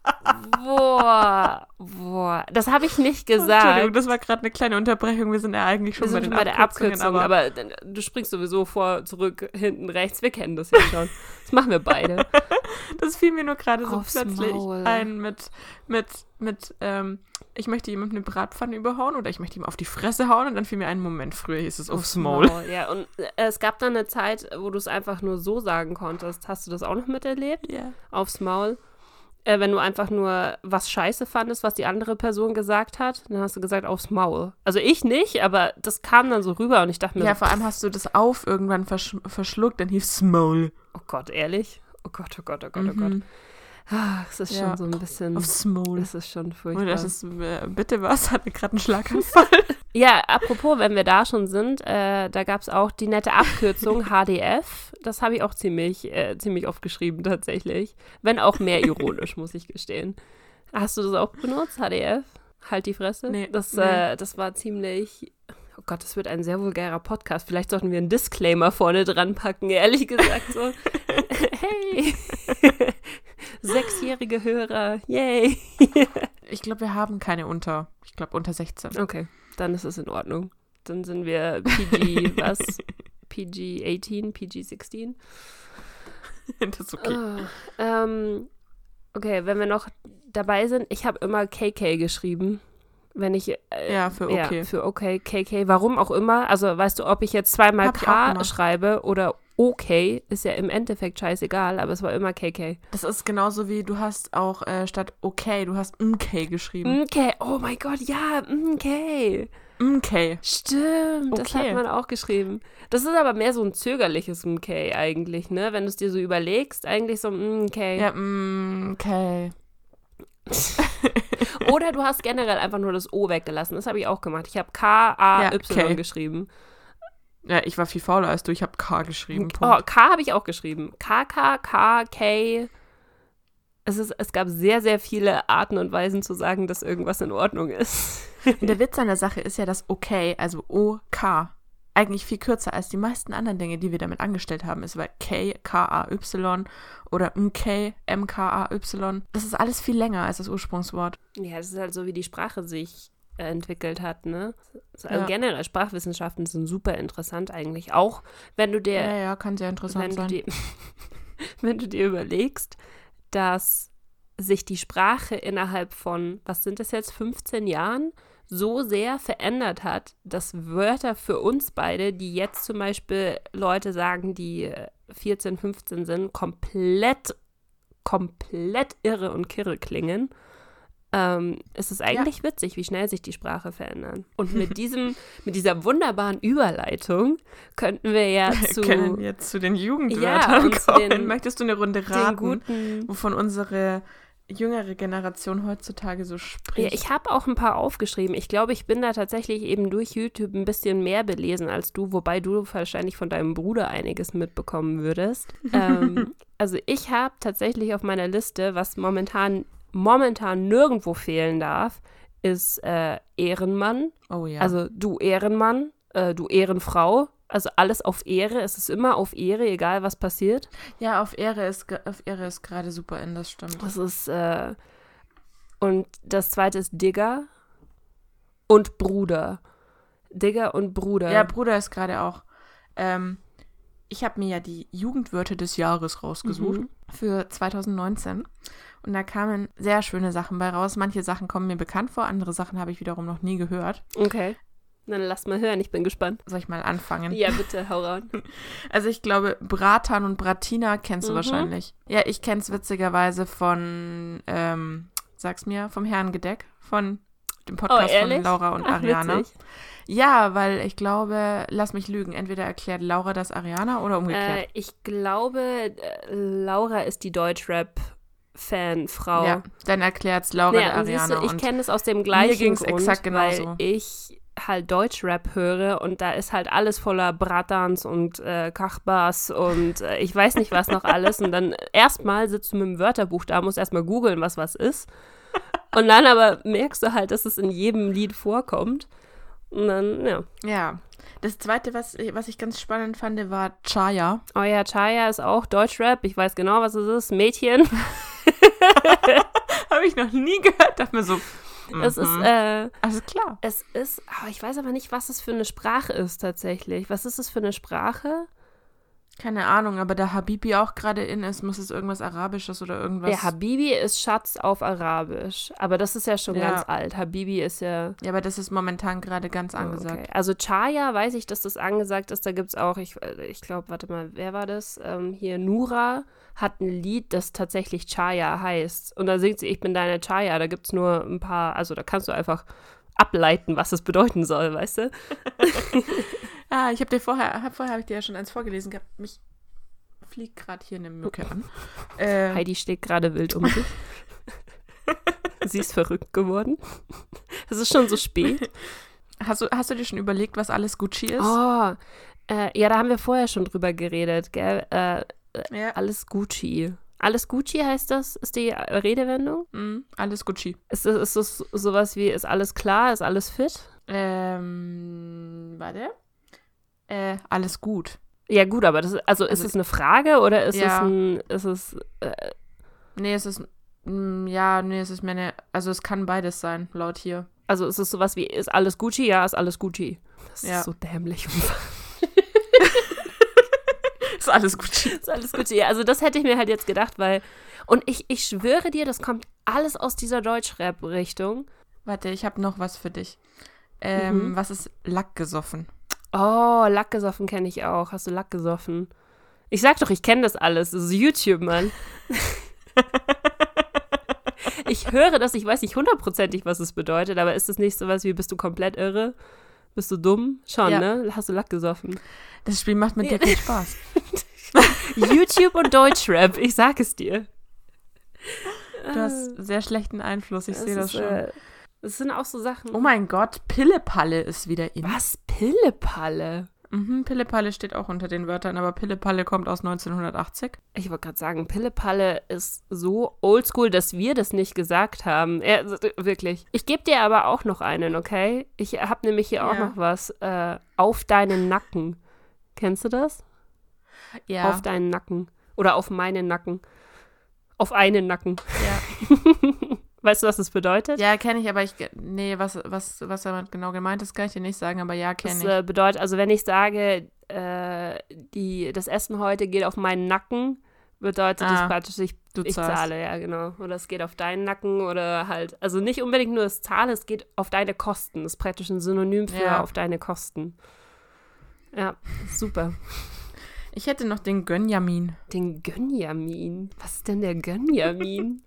Boah, boah. Das habe ich nicht gesagt. Entschuldigung, das war gerade eine kleine Unterbrechung. Wir sind ja eigentlich schon Wir bei sind den bei der Abkürzungen, Abkürzung, aber, aber du springst sowieso vor, zurück, hinten, rechts. Wir kennen das ja schon. Das machen wir beide. das fiel mir nur gerade so Aufs plötzlich Maul. ein mit, mit, mit, ähm, ich möchte jemandem eine Bratpfanne überhauen oder ich möchte ihm auf die Fresse hauen und dann fiel mir ein Moment, früher hieß es aufs Maul. Ja, und äh, es gab dann eine Zeit, wo du es einfach nur so sagen konntest. Hast du das auch noch miterlebt? Ja. Aufs Maul. Äh, wenn du einfach nur was scheiße fandest, was die andere Person gesagt hat, dann hast du gesagt, aufs Maul. Also ich nicht, aber das kam dann so rüber und ich dachte mir Ja, so, vor allem hast du das auf irgendwann versch verschluckt, dann hieß es Maul. oh Gott, ehrlich? Oh Gott, oh Gott, oh Gott, oh Mhm. Gott. Ah, es ist Ja. schon so ein bisschen, Aufs Maul. es ist schon furchtbar. Und das ist, äh, bitte was? Hat mir gerade einen Schlaganfall. Ja, apropos, wenn wir da schon sind, äh, da gab es auch die nette Abkürzung H D F. Das habe ich auch ziemlich, äh, ziemlich oft geschrieben tatsächlich. Wenn auch mehr ironisch, muss ich gestehen. Hast du das auch benutzt, H D F? Halt die Fresse? Nee, Das, nee. Äh, das war ziemlich... Oh Gott, das wird ein sehr vulgärer Podcast. Vielleicht sollten wir einen Disclaimer vorne dran packen, ehrlich gesagt. So, hey, sechsjährige Hörer, yay. Ich glaube, wir haben keine unter, ich glaube unter sechzehn. Okay, dann ist es in Ordnung. Dann sind wir P G, was? P G achtzehn, P G sechzehn? Das ist okay. Oh, ähm, okay, wenn wir noch dabei sind, ich habe immer K K geschrieben. Wenn ich, äh, Ja, für okay. Ja, für okay, K K, warum auch immer. Also, weißt du, ob ich jetzt zweimal Hab ich auch K gemacht. schreibe oder okay, ist ja im Endeffekt scheißegal, aber es war immer K K. Das ist genauso wie, du hast auch äh, statt okay, du hast okay geschrieben. Okay, oh mein Gott, ja, okay. Okay. Stimmt, das Okay. hat man auch geschrieben. Das ist aber mehr so ein zögerliches okay eigentlich, ne? Wenn du es dir so überlegst, eigentlich so okay. Ja, mm, okay. Oder du hast generell einfach nur das O weggelassen. Das habe ich auch gemacht. Ich habe K A Y Ja, okay. geschrieben. Ja, ich war viel fauler als du, ich habe K geschrieben. Oh, Punkt. K habe ich auch geschrieben. K, K, K, K. Es, ist, es gab sehr, sehr viele Arten und Weisen zu sagen, dass irgendwas in Ordnung ist. Und der Witz an der Sache ist ja, dass okay, also O K, eigentlich viel kürzer als die meisten anderen Dinge, die wir damit angestellt haben, ist, weil K, K A Y oder M K, M K A Y, das ist alles viel länger als das Ursprungswort. Ja, das ist halt so, wie die Sprache sich äh, entwickelt hat, ne? Also Ja. generell, Sprachwissenschaften sind super interessant eigentlich. Auch wenn du dir, Ja, ja, kann sehr interessant wenn du sein. dir, wenn du dir überlegst, dass sich die Sprache innerhalb von, was sind das jetzt, fünfzehn Jahren so sehr verändert hat, dass Wörter für uns beide, die jetzt zum Beispiel Leute sagen, die vierzehn, fünfzehn sind, komplett, komplett irre und kirre klingen. Ähm, es ist eigentlich ja. witzig, wie schnell sich die Sprache verändert. Und mit diesem, mit dieser wunderbaren Überleitung könnten wir ja zu... Wir können jetzt zu den Jugendwörtern ja, kommen. Den, Möchtest du eine Runde raten, guten, wovon unsere jüngere Generation heutzutage so spricht? Ja, ich habe auch ein paar aufgeschrieben. Ich glaube, ich bin da tatsächlich eben durch YouTube ein bisschen mehr belesen als du, wobei du wahrscheinlich von deinem Bruder einiges mitbekommen würdest. ähm, also ich habe tatsächlich auf meiner Liste, was momentan momentan nirgendwo fehlen darf, ist äh, Ehrenmann. Oh ja. Also du Ehrenmann, äh, du Ehrenfrau. Also alles auf Ehre. Es ist immer auf Ehre, egal was passiert. Ja, auf Ehre ist auf Ehre ist gerade super in, das stimmt. Das ist, äh, und das zweite ist Digger und Bruder. Digger und Bruder. Ja, Bruder ist gerade auch. Ähm, ich habe mir ja die Jugendwörter des Jahres rausgesucht mhm. für zwanzig neunzehn. Und da kamen sehr schöne Sachen bei raus. Manche Sachen kommen mir bekannt vor, andere Sachen habe ich wiederum noch nie gehört. Okay, dann lass mal hören, ich bin gespannt. Soll ich mal anfangen? Ja, bitte, hau rein. Also ich glaube, Bratan und Bratina kennst du mhm. wahrscheinlich. Ja, ich kenne es witzigerweise von, ähm, sag's mir, vom Herrengedeck, von dem Podcast oh, von Laura und Ach, Ariana. Witzig. Ja, weil ich glaube, lass mich lügen, entweder erklärt Laura das Ariana oder umgekehrt. Äh, ich glaube, äh, Laura ist die Deutschrap- Fanfrau. Ja, dann erklärt's Laura ja, der Ariana. Du, ich kenne es aus dem gleichen mir ging's Grund, exakt genauso. weil ich halt Deutschrap höre und da ist halt alles voller Bratans und äh, Kachbas und äh, ich weiß nicht was noch alles und dann erstmal sitzt du mit dem Wörterbuch da, musst erstmal googeln, was was ist und dann aber merkst du halt, dass es in jedem Lied vorkommt und dann, ja. Ja. Das zweite, was, was ich ganz spannend fand, war Chaya. Oh ja, Chaya ist auch Deutschrap. Ich weiß genau, was es ist. Mädchen. Habe ich noch nie gehört. Dachte mir so, mm-hmm. es ist, äh, alles klar. Es ist, oh, ich weiß aber nicht, was es für eine Sprache ist tatsächlich. Was ist es für eine Sprache? Keine Ahnung, aber da Habibi auch gerade in ist, muss es irgendwas Arabisches oder irgendwas... Ja, Habibi ist Schatz auf Arabisch, aber das ist ja schon ja. ganz alt. Habibi ist ja... Ja, aber das ist momentan gerade ganz angesagt. Okay. Also Chaya weiß ich, dass das angesagt ist, da gibt es auch, ich, ich glaube, warte mal, wer war das? Ähm, hier, Nura hat ein Lied, das tatsächlich Chaya heißt. Und da singt sie, ich bin deine Chaya, da gibt es nur ein paar, also da kannst du einfach ableiten, was es bedeuten soll, weißt du? Ah, ich habe dir vorher, hab, vorher habe ich dir ja schon eins vorgelesen gehabt. Mich fliegt gerade hier eine Mücke an. Ähm, Heidi steht gerade wild um sich. Sie ist verrückt geworden. Es ist schon so spät. Hast du, hast du dir schon überlegt, was alles Gucci ist? Oh, äh, ja, da haben wir vorher schon drüber geredet, gell? Äh, ja. Alles Gucci. Alles Gucci heißt das? Ist die Redewendung? Mm, alles Gucci. Ist das, ist das sowas wie, ist alles klar, ist alles fit? Ähm, warte. Äh, alles gut. Ja gut, aber das also, also ist es eine Frage oder ist ja. es ein, ist es äh, nee, es ist mh, ja, nee, es ist mehr eine, also es kann beides sein, laut hier. Also ist es sowas wie, ist alles Gucci? Ja, ist alles Gucci. Das ja. ist so dämlich. Ist alles Gucci. Ist alles Gucci. Also das hätte ich mir halt jetzt gedacht, weil und ich, ich schwöre dir, das kommt alles aus dieser Deutschrap-Richtung. Warte, ich habe noch was für dich. Ähm, mhm. Was ist Lack gesoffen? Oh, Lack gesoffen kenne ich auch. Hast du Lack gesoffen? Ich sag doch, ich kenne das alles. Das ist YouTube, Mann. Ich höre das, ich weiß nicht hundertprozentig, was es bedeutet, aber ist es nicht sowas wie, bist du komplett irre? Bist du dumm? Schon, ja. Ne? Hast du Lack gesoffen? Das Spiel macht mit dir viel Spaß. YouTube und Deutschrap, ich sag es dir. Du hast sehr schlechten Einfluss, ich sehe das schon. Äh, Das sind auch so Sachen. Oh mein Gott, Pillepalle ist wieder in. Was? Pillepalle? Mhm, Pillepalle steht auch unter den Wörtern, aber Pillepalle kommt aus neunzehnhundertachtzig. Ich wollte gerade sagen, Pillepalle ist so oldschool, dass wir das nicht gesagt haben. Ja, wirklich. Ich gebe dir aber auch noch einen, okay? Ich habe nämlich hier ja. auch noch was. Äh, auf deinen Nacken. Kennst du das? Ja. Auf deinen Nacken. Oder auf meinen Nacken. Auf einen Nacken. Ja. Weißt du, was das bedeutet? Ja, kenne ich, aber ich, nee, was, was, was damit genau gemeint ist, kann ich dir nicht sagen, aber ja, kenne ich. Das äh, bedeutet, also wenn ich sage, äh, die, das Essen heute geht auf meinen Nacken, bedeutet ah. das praktisch, ich Du ich zahlst. zahle, ja, genau. Oder es geht auf deinen Nacken oder halt, also nicht unbedingt nur das Zahle, es geht auf deine Kosten. Das ist praktisch ein Synonym für Ja. auf deine Kosten. Ja, super. Ich hätte noch den Gönjamin. Den Gönjamin. Was ist denn der Gönjamin?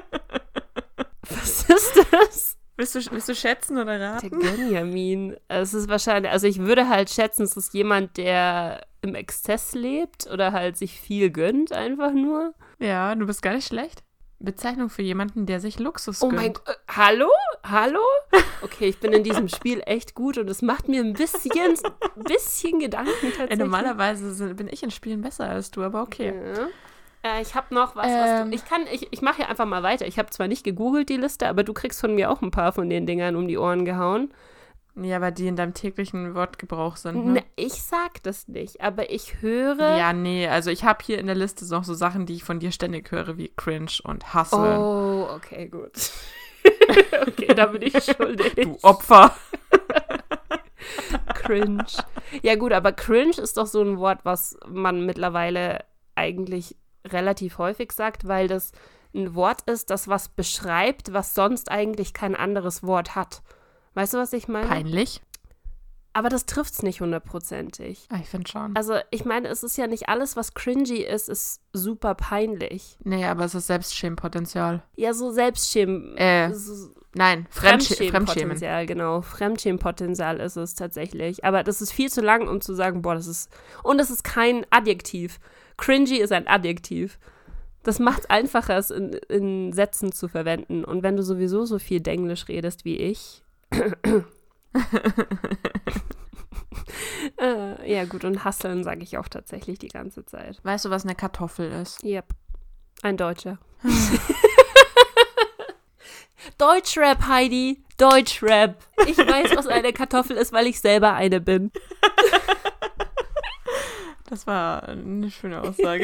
Was ist das? Willst du, willst du schätzen oder Der raten? Gönjamin. Es ist wahrscheinlich, also ich würde halt schätzen, es ist jemand, der im Exzess lebt oder halt sich viel gönnt, einfach nur. Ja, du bist gar nicht schlecht. Bezeichnung für jemanden, der sich Luxus Oh gönnt. mein Gott. Äh, hallo? Hallo? Okay, ich bin in diesem Spiel echt gut und es macht mir ein bisschen, bisschen Gedanken tatsächlich. Ey, normalerweise sind, bin ich in Spielen besser als du, aber okay. Ja. Äh, ich habe noch was, was Ähm. du, ich kann, ich, ich mache hier einfach mal weiter. Ich habe zwar nicht gegoogelt, die Liste, aber du kriegst von mir auch ein paar von den Dingern um die Ohren gehauen. Ja, weil die in deinem täglichen Wortgebrauch sind, ne? Ne, ich sag das nicht, aber ich höre... Ja, nee, also ich habe hier in der Liste noch so Sachen, die ich von dir ständig höre, wie Cringe und Hustle. Oh, okay, gut. Okay, da bin ich schuldig. Du Opfer. Cringe. Ja gut, aber cringe ist doch so ein Wort, was man mittlerweile eigentlich relativ häufig sagt, weil das ein Wort ist, das was beschreibt, was sonst eigentlich kein anderes Wort hat. Weißt du, was ich meine? Peinlich. Aber das trifft's nicht hundertprozentig. Ah, ich finde schon. Also ich meine, es ist ja nicht alles, was cringy ist, ist super peinlich. Nee, aber es ist Selbstschämpotenzial. Ja, so Selbstschämen... Äh, so nein, Fremdschä Fremdschämen. Fremdschämenpotenzial, genau. Fremdschämenpotenzial ist es tatsächlich. Aber das ist viel zu lang, um zu sagen, boah, das ist... Und es ist kein Adjektiv. Cringy ist ein Adjektiv. Das macht es einfacher, es in, in Sätzen zu verwenden. Und wenn du sowieso so viel Denglisch redest wie ich... äh, ja gut, und hustlen sage ich auch tatsächlich die ganze Zeit. Weißt du, was eine Kartoffel ist? Yep, ein Deutscher. Deutschrap, Heidi, Deutschrap. Ich weiß, was eine Kartoffel ist, weil ich selber eine bin. Das war eine schöne Aussage.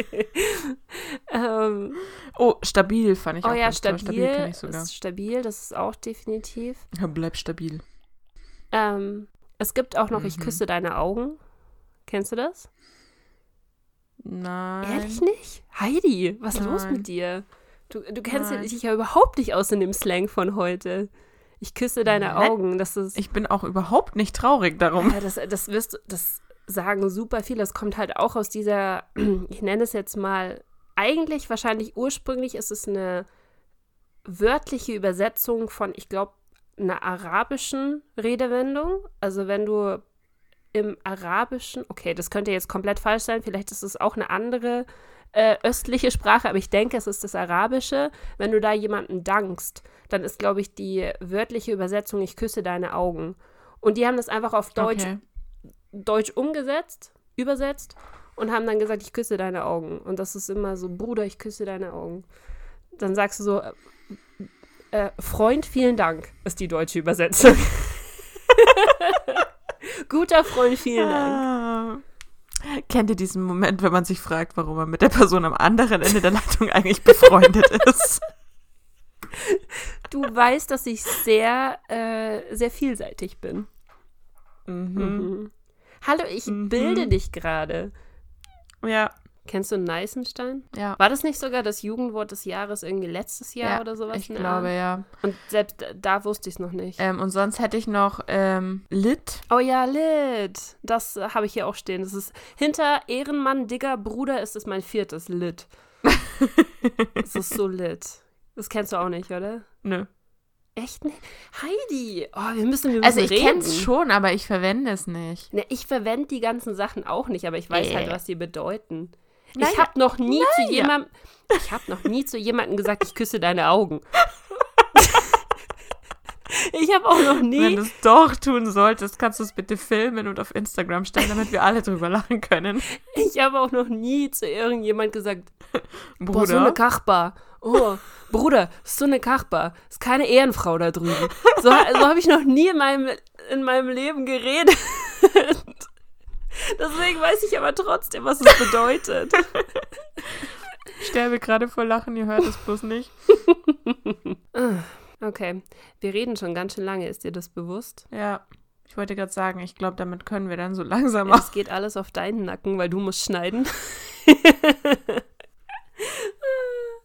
ähm, Oh, stabil fand ich oh auch. ja, ganz toll. stabil, Stabil kenn ich sogar. ist stabil, das ist auch definitiv. Ja, bleib stabil. Ähm, es gibt auch noch Mhm. Ich küsse deine Augen. Kennst du das? Nein. Ehrlich nicht? Heidi, was ist los Nein. mit dir? Du, du kennst Nein. dich ja überhaupt nicht aus in dem Slang von heute. Ich küsse deine Nein. Augen. Das ist. Ich bin auch überhaupt nicht traurig darum. Ja, das, das wirst du, das sagen super viele. Das kommt halt auch aus dieser, ich nenne es jetzt mal, eigentlich wahrscheinlich ursprünglich ist es eine wörtliche Übersetzung von, ich glaube, einer arabischen Redewendung. Also wenn du im Arabischen, okay, das könnte jetzt komplett falsch sein, vielleicht ist es auch eine andere äh, östliche Sprache, aber ich denke, es ist das Arabische. Wenn du da jemandem dankst, dann ist, glaube ich, die wörtliche Übersetzung, ich küsse deine Augen. Und die haben das einfach auf Deutsch, Okay. Deutsch umgesetzt, übersetzt und haben dann gesagt, ich küsse deine Augen. Und das ist immer so, Bruder, ich küsse deine Augen. Dann sagst du so, äh, äh, Freund, vielen Dank, ist die deutsche Übersetzung. Guter Freund, vielen Dank. Ah. Kennt ihr diesen Moment, wenn man sich fragt, warum man mit der Person am anderen Ende der Leitung eigentlich befreundet ist? Du weißt, dass ich sehr, äh, sehr vielseitig bin. Mhm. Mhm. Hallo, ich Mhm. bilde dich gerade. Ja, Kennst du Neißenstein? ja. War das nicht sogar das Jugendwort des Jahres irgendwie letztes Jahr ja, oder sowas? ich in der glaube, Art? ja. Und selbst da- da wusste ich es noch nicht. Ähm, und sonst hätte ich noch ähm, Lit. Oh ja, Lit. Das äh, habe ich hier auch stehen. Das ist hinter Ehrenmann, Digger, Bruder ist es mein viertes Lit. Das ist so lit. Das kennst du auch nicht, oder? Nö. Echt nicht? Heidi! Oh, wir müssen, wir müssen Also ich reden. kenn's schon, aber ich verwende es nicht. Ne, ich verwende die ganzen Sachen auch nicht, aber ich weiß Äh. halt, was die bedeuten. Naja, ich habe noch nie zu naja. jemandem, ich habe noch nie zu jemandem gesagt, ich küsse deine Augen. Ich habe auch noch Wenn nie, du es doch tun solltest, kannst du es bitte filmen und auf Instagram stellen, damit wir alle drüber lachen können. ich habe auch noch nie zu irgendjemand gesagt, Bruder. boah, so eine Kachbar. Oh, Bruder, so eine Kachbar. Ist keine Ehrenfrau da drüben. So, so habe ich noch nie in meinem, in meinem Leben geredet. Deswegen weiß ich aber trotzdem, was es bedeutet. Ich sterbe gerade vor Lachen, ihr hört es bloß nicht. Okay, wir reden schon ganz schön lange, ist dir das bewusst? Ja, ich wollte gerade sagen, ich glaube, damit können wir dann so langsam auch. Es geht alles auf deinen Nacken, weil du musst schneiden.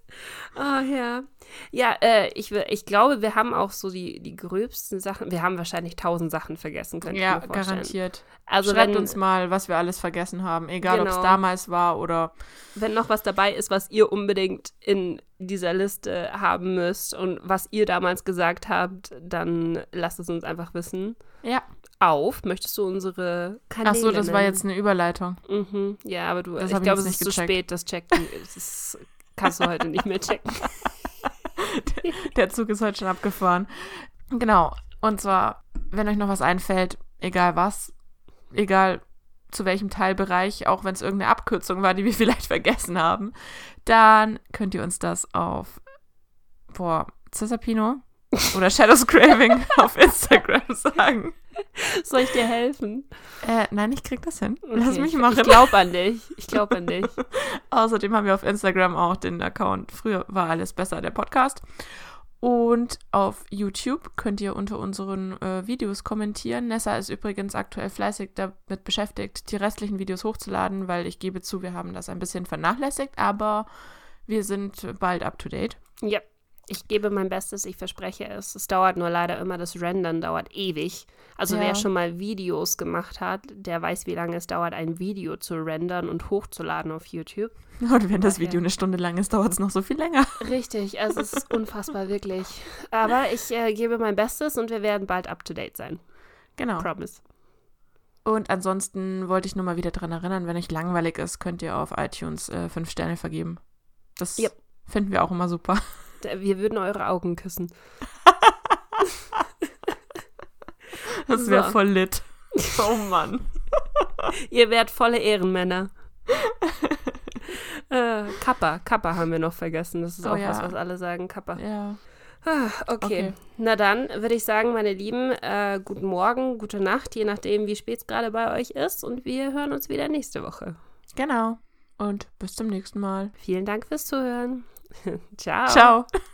Ah, ja. Ja, äh, ich, will- ich glaube, wir haben auch so die, die gröbsten Sachen. Wir haben wahrscheinlich tausend Sachen vergessen, könnte Ja, ich mir vorstellen. garantiert. Also Schreibt wenn, uns mal, was wir alles vergessen haben. Egal, ob es Genau. damals war oder... wenn noch was dabei ist, was ihr unbedingt in dieser Liste haben müsst und was ihr damals gesagt habt, dann lasst es uns einfach wissen. Ja. Auf, möchtest du unsere Kanäle Ach so, das war nennen? jetzt eine Überleitung. Mhm. Ja, aber du, Das ich hab ich glaube, es jetzt ist nicht zu gecheckt. spät, das checken. Das ist, kannst du heute nicht mehr checken. Der Zug ist heute schon abgefahren. Genau. Und zwar, wenn euch noch was einfällt, egal was, egal zu welchem Teilbereich, auch wenn es irgendeine Abkürzung war, die wir vielleicht vergessen haben, dann könnt ihr uns das auf, boah, Cesapino oder Shadows Craving auf Instagram sagen. Soll ich dir helfen? Äh, nein, ich krieg das hin. Lass Okay, mich ich, machen. Ich glaube an dich. Ich glaube an dich. Außerdem haben wir auf Instagram auch den Account Früher war alles besser, der Podcast. Und auf YouTube könnt ihr unter unseren äh, Videos kommentieren. Nessa ist übrigens aktuell fleißig damit beschäftigt, die restlichen Videos hochzuladen, weil ich gebe zu, wir haben das ein bisschen vernachlässigt, aber wir sind bald up to date. Ja, ich gebe mein Bestes, ich verspreche es. Es dauert nur leider immer, das Rendern dauert ewig. Also Ja. wer schon mal Videos gemacht hat, der weiß, wie lange es dauert, ein Video zu rendern und hochzuladen auf YouTube. Und wenn das Okay. Video eine Stunde lang ist, dauert es noch so viel länger. Richtig, also es ist unfassbar, wirklich. Aber ich äh, gebe mein Bestes und wir werden bald up to date sein. Genau. Promise. Und ansonsten wollte ich nur mal wieder dran erinnern, wenn euch langweilig ist, könnt ihr auf iTunes äh, fünf Sterne vergeben. Das Yep. finden wir auch immer super. Wir würden eure Augen küssen. Das wäre So. voll lit. Oh Mann. Ihr wärt volle Ehrenmänner. äh, Kappa, Kappa haben wir noch vergessen. Das ist Oh auch ja. was, was alle sagen. Kappa. Ja. Ah, okay. Okay. Na dann würde ich sagen, meine Lieben, äh, guten Morgen, gute Nacht, je nachdem, wie spät es gerade bei euch ist. Und wir hören uns wieder nächste Woche. Genau. Und bis zum nächsten Mal. Vielen Dank fürs Zuhören. Ciao. Ciao.